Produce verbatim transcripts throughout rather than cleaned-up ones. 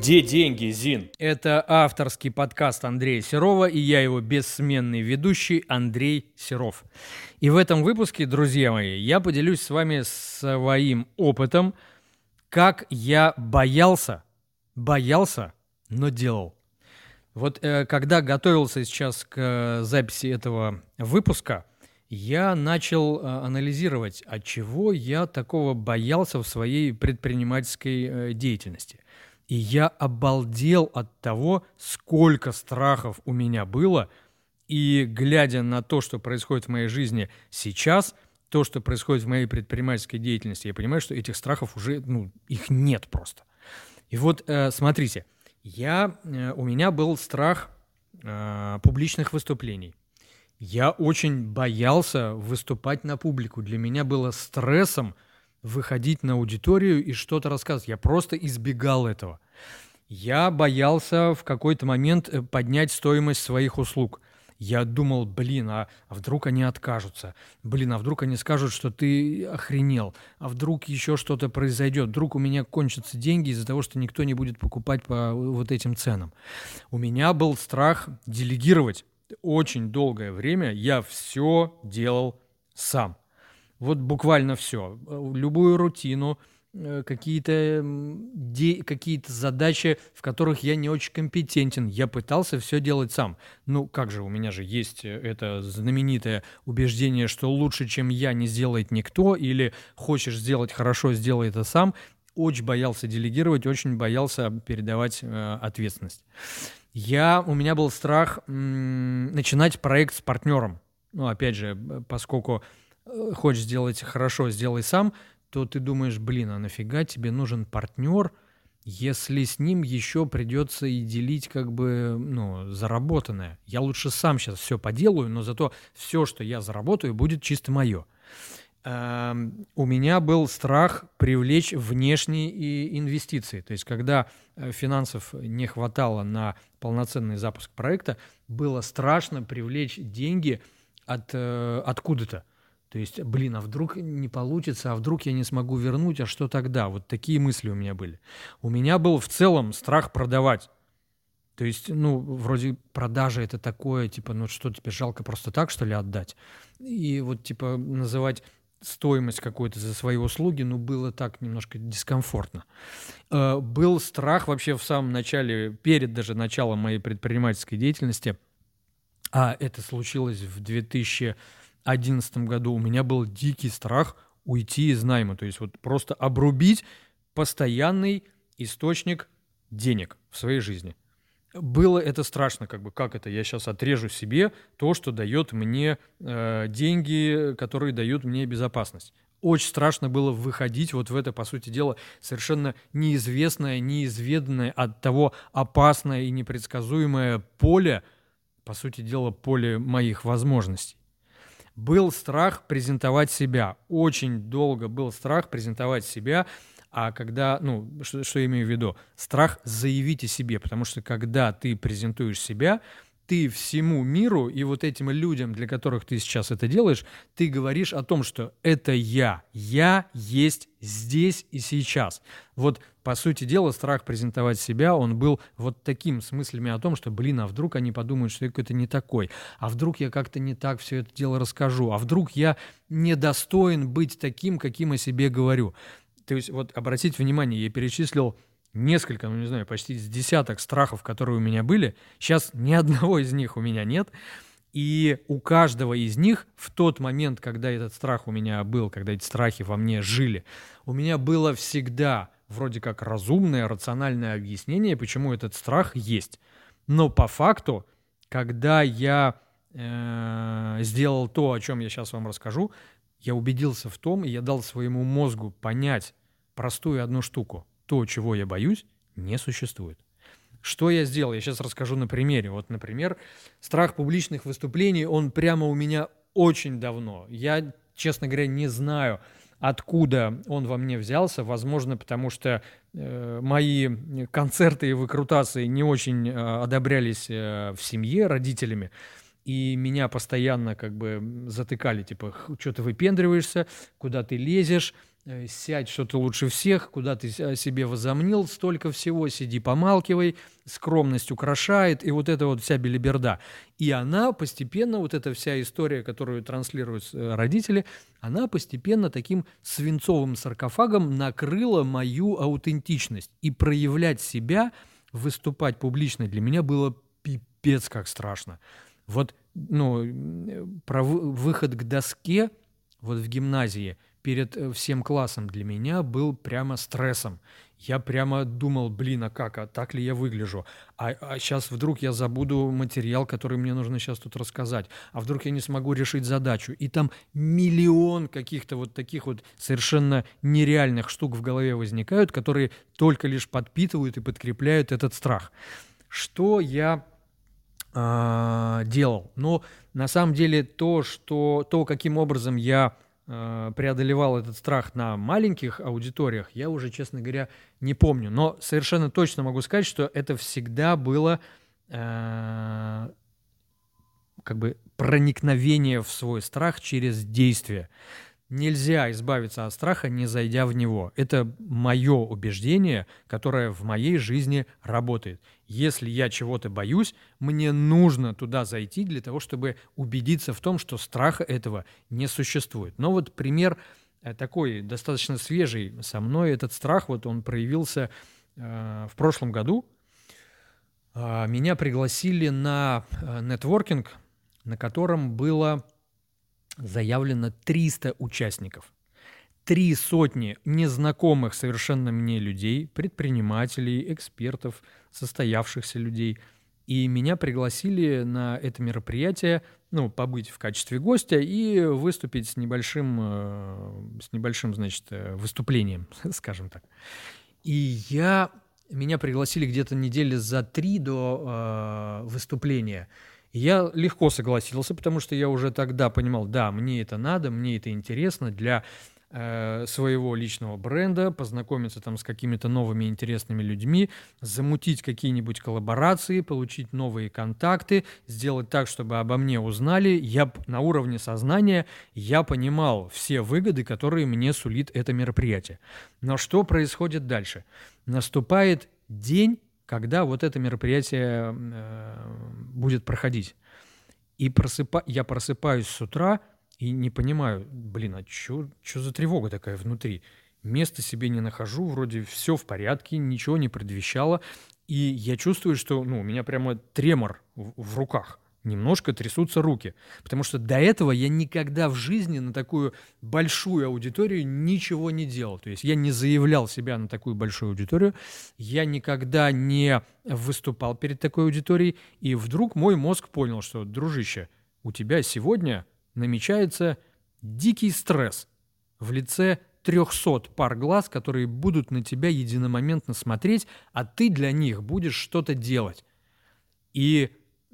Где деньги, Зин? Это авторский подкаст Андрея Серова, и я его бессменный ведущий Андрей Серов. И в этом выпуске, друзья мои, я поделюсь с вами своим опытом, как я боялся, боялся, но делал. Вот э, когда готовился сейчас к э, записи этого выпуска, я начал э, анализировать, от чего я такого боялся в своей предпринимательской э, деятельности. И я обалдел от того, сколько страхов у меня было, и глядя на то, что происходит в моей жизни сейчас, то, что происходит в моей предпринимательской деятельности, я понимаю, что этих страхов уже, ну, их нет просто. И вот, э, смотрите, я, э, у меня был страх э, публичных выступлений. Я очень боялся выступать на публику. Для меня было стрессом выходить на аудиторию и что-то рассказывать. Я просто избегал этого. Я боялся в какой-то момент поднять стоимость своих услуг. Я думал, блин, а, а вдруг они откажутся? Блин, а вдруг они скажут, что ты охренел? А вдруг еще что-то произойдет? Вдруг у меня кончатся деньги из-за того, что никто не будет покупать по вот этим ценам? У меня был страх делегировать. Очень долгое время я все делал сам. Вот буквально все. Любую рутину, какие-то, де- какие-то задачи, в которых я не очень компетентен. Я пытался все делать сам. Ну, как же, у меня же есть это знаменитое убеждение, что лучше, чем я, не сделает никто, или хочешь сделать хорошо, сделай это сам. Очень боялся делегировать, очень боялся передавать э, ответственность. Я, у меня был страх м- начинать проект с партнером. Ну, опять же, поскольку хочешь сделать хорошо, сделай сам, то ты думаешь, блин, а нафига тебе нужен партнер, если с ним еще придется и делить как бы, ну, заработанное. Я лучше сам сейчас все поделаю, но зато все, что я заработаю, будет чисто мое. Эм, у меня был страх привлечь внешние инвестиции. То есть, когда финансов не хватало на полноценный запуск проекта, было страшно привлечь деньги от, э, откуда-то. То есть, блин, а вдруг не получится, а вдруг я не смогу вернуть, а что тогда? Вот такие мысли у меня были. У меня был в целом страх продавать. То есть, ну, вроде продажа это такое, типа, ну что, тебе жалко просто так, что ли, отдать? И вот, типа, называть стоимость какую-то за свои услуги, ну, было так немножко дискомфортно. Э, был страх вообще в самом начале, перед даже началом моей предпринимательской деятельности, а это случилось в две тысячи одиннадцатом году, у меня был дикий страх уйти из найма, то есть вот просто обрубить постоянный источник денег в своей жизни. Было это страшно, как бы, как это, я сейчас отрежу себе то, что дает мне э, деньги, которые дают мне безопасность. Очень страшно было выходить вот в это, по сути дела, совершенно неизвестное, неизведанное, от того опасное и непредсказуемое поле, по сути дела, поле моих возможностей. Был страх презентовать себя. Очень долго был страх презентовать себя. А когда, ну, что, что я имею в виду? Страх заявить о себе. Потому что когда ты презентуешь себя, ты всему миру и вот этим людям, для которых ты сейчас это делаешь, ты говоришь о том, что это я. Я есть здесь и сейчас. Вот, по сути дела, страх презентовать себя, он был вот таким, с мыслями о том, что, блин, а вдруг они подумают, что я какой-то не такой, а вдруг я как-то не так все это дело расскажу, а вдруг я недостоин быть таким, каким о себе говорю. То есть, вот, обратите внимание, я перечислил несколько, ну не знаю, почти с десяток страхов, которые у меня были. Сейчас ни одного из них у меня нет. И у каждого из них в тот момент, когда этот страх у меня был, когда эти страхи во мне жили, у меня было всегда вроде как разумное, рациональное объяснение, почему этот страх есть. Но по факту, когда я э, сделал то, о чем я сейчас вам расскажу, я убедился в том, и я дал своему мозгу понять простую одну штуку. То, чего я боюсь, не существует. Что я сделал? Я сейчас расскажу на примере. Вот, например, страх публичных выступлений, он прямо у меня очень давно. Я, честно говоря, не знаю, откуда он во мне взялся. Возможно, потому что э, мои концерты и выкрутасы не очень э, одобрялись э, в семье родителями. И меня постоянно как бы затыкали, типа, что ты выпендриваешься, куда ты лезешь, э, сядь, что ты лучше всех, куда ты о себе возомнил столько всего, сиди, помалкивай, скромность украшает, и вот эта вот вся белиберда. И она постепенно, вот эта вся история, которую транслируют э, родители, она постепенно таким свинцовым саркофагом накрыла мою аутентичность. И проявлять себя, выступать публично для меня было пипец как страшно. Вот, ну, э, про вы- выход к доске вот в гимназии перед э, всем классом для меня был прямо стрессом. Я прямо думал, блин, а как, а так ли я выгляжу? А, сейчас вдруг я забуду материал, который мне нужно сейчас тут рассказать. А вдруг я не смогу решить задачу? И там миллион каких-то вот таких вот совершенно нереальных штук в голове возникают, которые только лишь подпитывают и подкрепляют этот страх. Что я а, делал? Но на самом деле то, что, то, каким образом я а, преодолевал этот страх на маленьких аудиториях, я уже, честно говоря, не помню. Но совершенно точно могу сказать, что это всегда было а, как бы проникновение в свой страх через действие. Нельзя избавиться от страха, не зайдя в него. Это мое убеждение, которое в моей жизни работает. Если я чего-то боюсь, мне нужно туда зайти для того, чтобы убедиться в том, что страха этого не существует. Но вот пример э, такой достаточно свежий со мной. Этот страх, вот он проявился э, в прошлом году. Э, меня пригласили на э, нетворкинг, на котором было заявлено триста участников. Три сотни незнакомых совершенно мне людей, предпринимателей, экспертов, состоявшихся людей. И меня пригласили на это мероприятие, ну, побыть в качестве гостя и выступить с небольшим, э, с небольшим, значит, э, выступлением, скажем так. И я, меня пригласили где-то недели за три до э, выступления. Я легко согласился, потому что я уже тогда понимал, да, мне это надо, мне это интересно для э, своего личного бренда, познакомиться там с какими-то новыми интересными людьми, замутить какие-нибудь коллаборации, получить новые контакты, сделать так, чтобы обо мне узнали. Я на уровне сознания, я понимал все выгоды, которые мне сулит это мероприятие. Но что происходит дальше? Наступает день, когда вот это мероприятие э, будет проходить. И просыпа... я просыпаюсь с утра и не понимаю, блин, а что за тревога такая внутри? Места себе не нахожу, вроде все в порядке, ничего не предвещало. И я чувствую, что ну, у меня прямо тремор в, в руках. Немножко трясутся руки. Потому что до этого я никогда в жизни на такую большую аудиторию ничего не делал. То есть я не заявлял себя на такую большую аудиторию, я никогда не выступал перед такой аудиторией. И вдруг мой мозг понял, что, дружище, у тебя сегодня намечается дикий стресс в лице трехсот пар глаз, которые будут на тебя единомоментно смотреть, а ты для них будешь что-то делать. И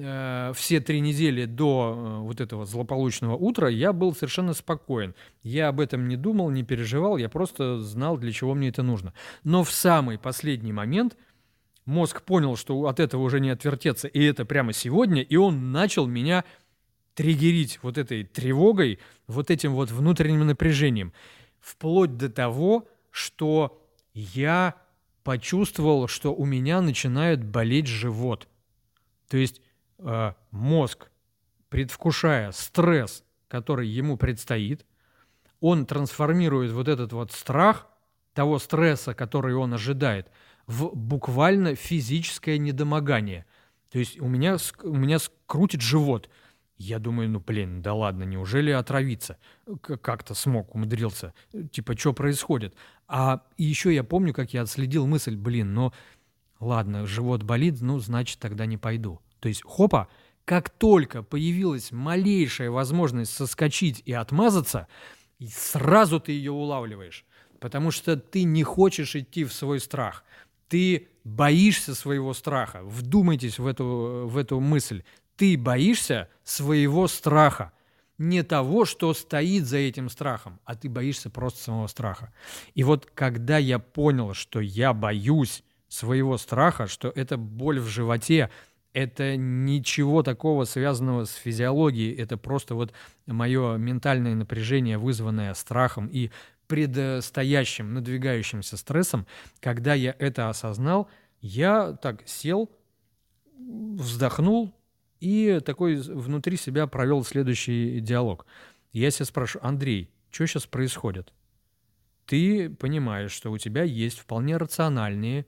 все три недели до вот этого злополучного утра я был совершенно спокоен. Я об этом не думал, не переживал, я просто знал, для чего мне это нужно. Но в самый последний момент мозг понял, что от этого уже не отвертеться, и это прямо сегодня, и он начал меня триггерить вот этой тревогой, вот этим вот внутренним напряжением. Вплоть до того, что я почувствовал, что у меня начинает болеть живот. То есть мозг, предвкушая стресс, который ему предстоит, он трансформирует вот этот вот страх того стресса, который он ожидает, в буквально физическое недомогание. То есть у меня, у меня скрутит живот. Я думаю, ну блин, да ладно, неужели отравиться? Как-то смог, умудрился. Типа, что происходит? А еще я помню, как я отследил мысль, блин, ну ладно, живот болит, ну значит тогда не пойду. То есть, хопа, как только появилась малейшая возможность соскочить и отмазаться, сразу ты ее улавливаешь, потому что ты не хочешь идти в свой страх. Ты боишься своего страха. Вдумайтесь в эту, в эту мысль. Ты боишься своего страха. Не того, что стоит за этим страхом, а ты боишься просто самого страха. И вот когда я понял, что я боюсь своего страха, что это боль в животе, это ничего такого связанного с физиологией, это просто вот мое ментальное напряжение, вызванное страхом и предстоящим, надвигающимся стрессом, когда я это осознал, я так сел, вздохнул и такой внутри себя провел следующий диалог. Я себя спрашиваю: Андрей, что сейчас происходит? Ты понимаешь, что у тебя есть вполне рациональные,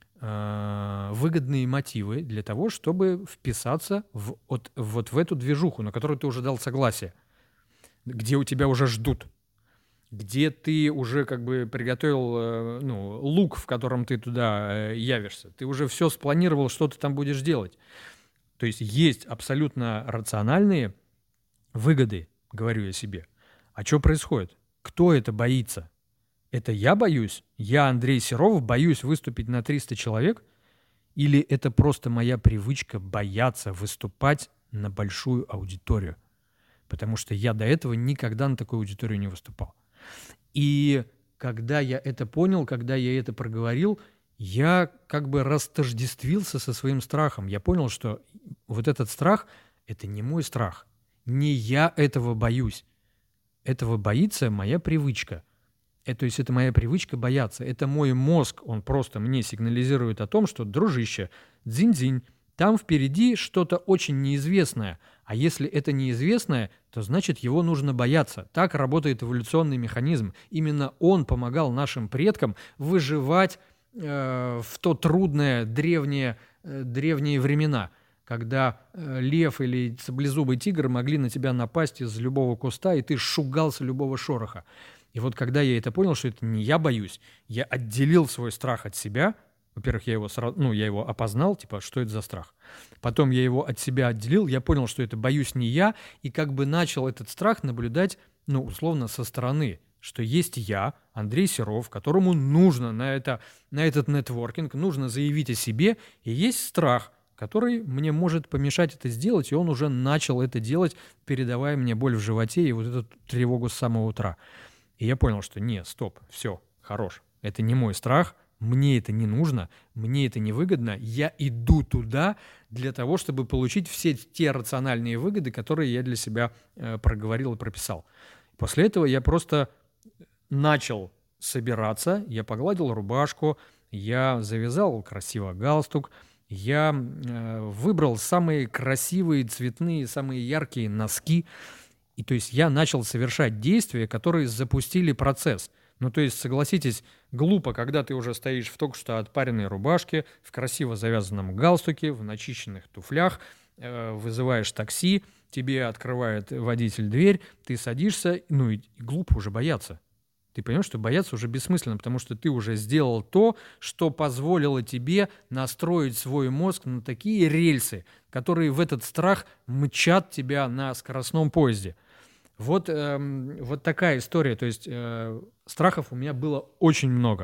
э, выгодные мотивы для того, чтобы вписаться в, вот, вот в эту движуху, на которую ты уже дал согласие, где у тебя уже ждут, где ты уже как бы приготовил э, ну, лук, в котором ты туда э, явишься. Ты уже все спланировал, что ты там будешь делать. То есть есть абсолютно рациональные выгоды, говорю я себе. А что происходит? Кто это боится? Это я боюсь? Я, Андрей Серов, боюсь выступить на триста человек? Или это просто моя привычка бояться выступать на большую аудиторию? Потому что я до этого никогда на такую аудиторию не выступал. И когда я это понял, когда я это проговорил, я как бы растождествился со своим страхом. Я понял, что вот этот страх – это не мой страх. Не я этого боюсь. Этого боится моя привычка. Это, то есть это моя привычка бояться. Это мой мозг, он просто мне сигнализирует о том, что, дружище, дзинь-дзинь, там впереди что-то очень неизвестное. А если это неизвестное, то значит его нужно бояться. Так работает эволюционный механизм. Именно он помогал нашим предкам выживать э, в то трудное древнее, э, древние времена, когда э, лев или саблезубый тигр могли на тебя напасть из любого куста, и ты шугался любого шороха. И вот когда я это понял, что это не я боюсь, я отделил свой страх от себя. Во-первых, я его сразу, ну, я его опознал, типа, что это за страх. Потом я его от себя отделил, я понял, что это боюсь не я, и как бы начал этот страх наблюдать, ну, условно, со стороны, что есть я, Андрей Серов, которому нужно на, это, на этот нетворкинг, нужно заявить о себе, и есть страх, который мне может помешать это сделать, и он уже начал это делать, передавая мне боль в животе и вот эту тревогу с самого утра. И я понял, что нет, стоп, все, хорош, это не мой страх, мне это не нужно, мне это не выгодно, я иду туда для того, чтобы получить все те рациональные выгоды, которые я для себя э, проговорил и прописал. После этого я просто начал собираться, я погладил рубашку, я завязал красиво галстук, я э, выбрал самые красивые, цветные, самые яркие носки. И то есть я начал совершать действия, которые запустили процесс. Ну, то есть, согласитесь, глупо, когда ты уже стоишь в только что отпаренной рубашке, в красиво завязанном галстуке, в начищенных туфлях, э, вызываешь такси, тебе открывает водитель дверь, ты садишься, ну и, и глупо уже бояться. Ты понимаешь, что бояться уже бессмысленно, потому что ты уже сделал то, что позволило тебе настроить свой мозг на такие рельсы, которые в этот страх мчат тебя на скоростном поезде. Вот, эм, вот такая история. То есть э, страхов у меня было очень много.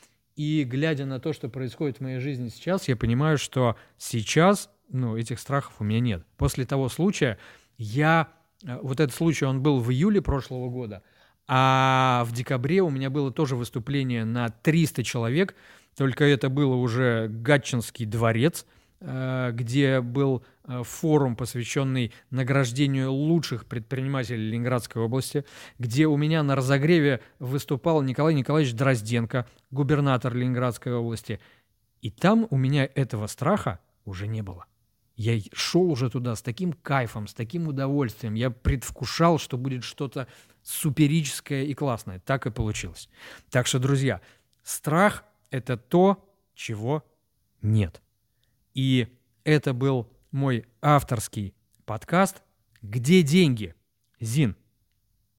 И глядя на то, что происходит в моей жизни сейчас, я понимаю, что сейчас ну, этих страхов у меня нет. После того случая я... Э, вот этот случай, он был в июле прошлого года, а в декабре у меня было тоже выступление на триста человек, только это было уже Гатчинский дворец, где был форум, посвященный награждению лучших предпринимателей Ленинградской области, где у меня на разогреве выступал Николай Николаевич Дрозденко, губернатор Ленинградской области. И там у меня этого страха уже не было. Я шел уже туда с таким кайфом, с таким удовольствием. Я предвкушал, что будет что-то суперическое и классное. Так и получилось. Так что, друзья, страх – это то, чего нет. И это был мой авторский подкаст «Где деньги?». Зин,